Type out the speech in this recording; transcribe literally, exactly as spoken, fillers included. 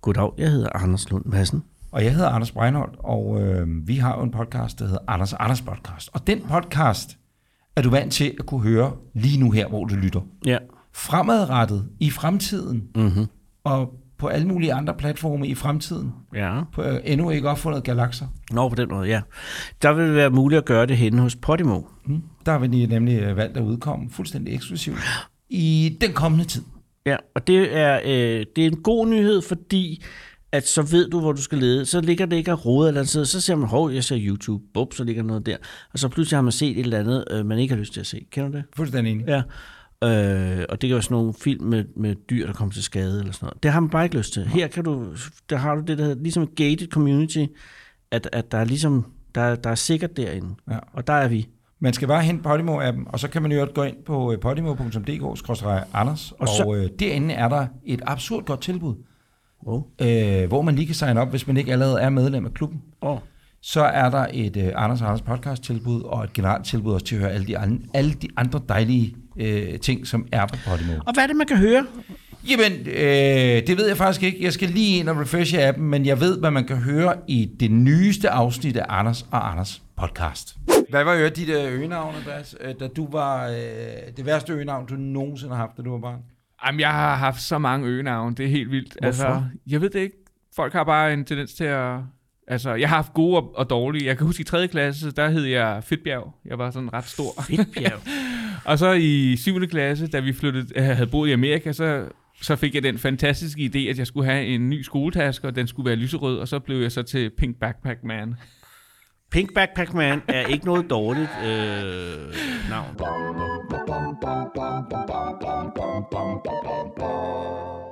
Goddag, jeg hedder Anders Lund Madsen. Og jeg hedder Anders Breinholt, og øh, vi har jo en podcast, der hedder Anders Anders Podcast. Og den podcast er du vant til at kunne høre lige nu her, hvor du lytter. Ja. Fremadrettet i fremtiden, Mm-hmm. og på alle mulige andre platforme i fremtiden. Ja. På øh, endnu ikke opfundet galakser. Nå, på den måde, ja. Der vil det være muligt at gøre det henne hos Podimo. Mm. Der har vi nemlig valgt at udkomme fuldstændig eksklusivt i den kommende tid. Ja, og det er, øh, det er en god nyhed, fordi at så ved du, hvor du skal lede. Så ligger det ikke og roder et eller andet sted. Så ser man, hov, jeg ser YouTube, bup, så ligger noget der. Og så pludselig har man set et eller andet, øh, man ikke har lyst til at se. Kender du det? Fuldstændig enig. Ja. Øh, og det kan være sådan nogle film med, med dyr, der kommer til skade eller sådan noget. Det har man bare ikke lyst til. Her kan du, der har du det, der hedder ligesom et gated community, at, at der er ligesom, der, der er sikkert derinde. Ja. Og der er vi. Man skal bare hente Podimo-appen, og så kan man jo gå ind på podimo punktum d k skråstreg anders, og, Og så- og øh, derinde er der et absurd godt tilbud, Oh. øh, hvor man lige kan signe op, hvis man ikke allerede er medlem af klubben. Oh. Så er der et øh, Anders og Anders podcast-tilbud, og et generelt tilbud også til at høre alle de, an, alle de andre dejlige øh, ting, som er på Podimo. Og hvad er det, man kan høre? Jamen, øh, det ved jeg faktisk ikke. Jeg skal lige ind og refreshe appen, men jeg ved, hvad man kan høre i det nyeste afsnit af Anders og Anders podcast. Hvad var jo dit øh, øgenavn, Bas, øh, da du var øh, det værste øgenavn, du nogensinde har haft, da du var barn? Jamen, jeg har haft så mange øgenavne. Det er helt vildt. Hvorfor? Altså, jeg ved det ikke. Folk har bare en tendens til at... Altså, jeg har haft gode og, og dårlige. Jeg kan huske, i tredje klasse, der hed jeg Fedtbjerg. Jeg var sådan ret stor. Fedtbjerg. Og så i syvende klasse, da vi flyttede, jeg havde boet i Amerika, så, så fik jeg den fantastiske idé, at jeg skulle have en ny skoletaske, og den skulle være lyserød, og så blev jeg så til Pink Backpack Man. Pink Backpack Man er ikke noget dårligt øh, navn.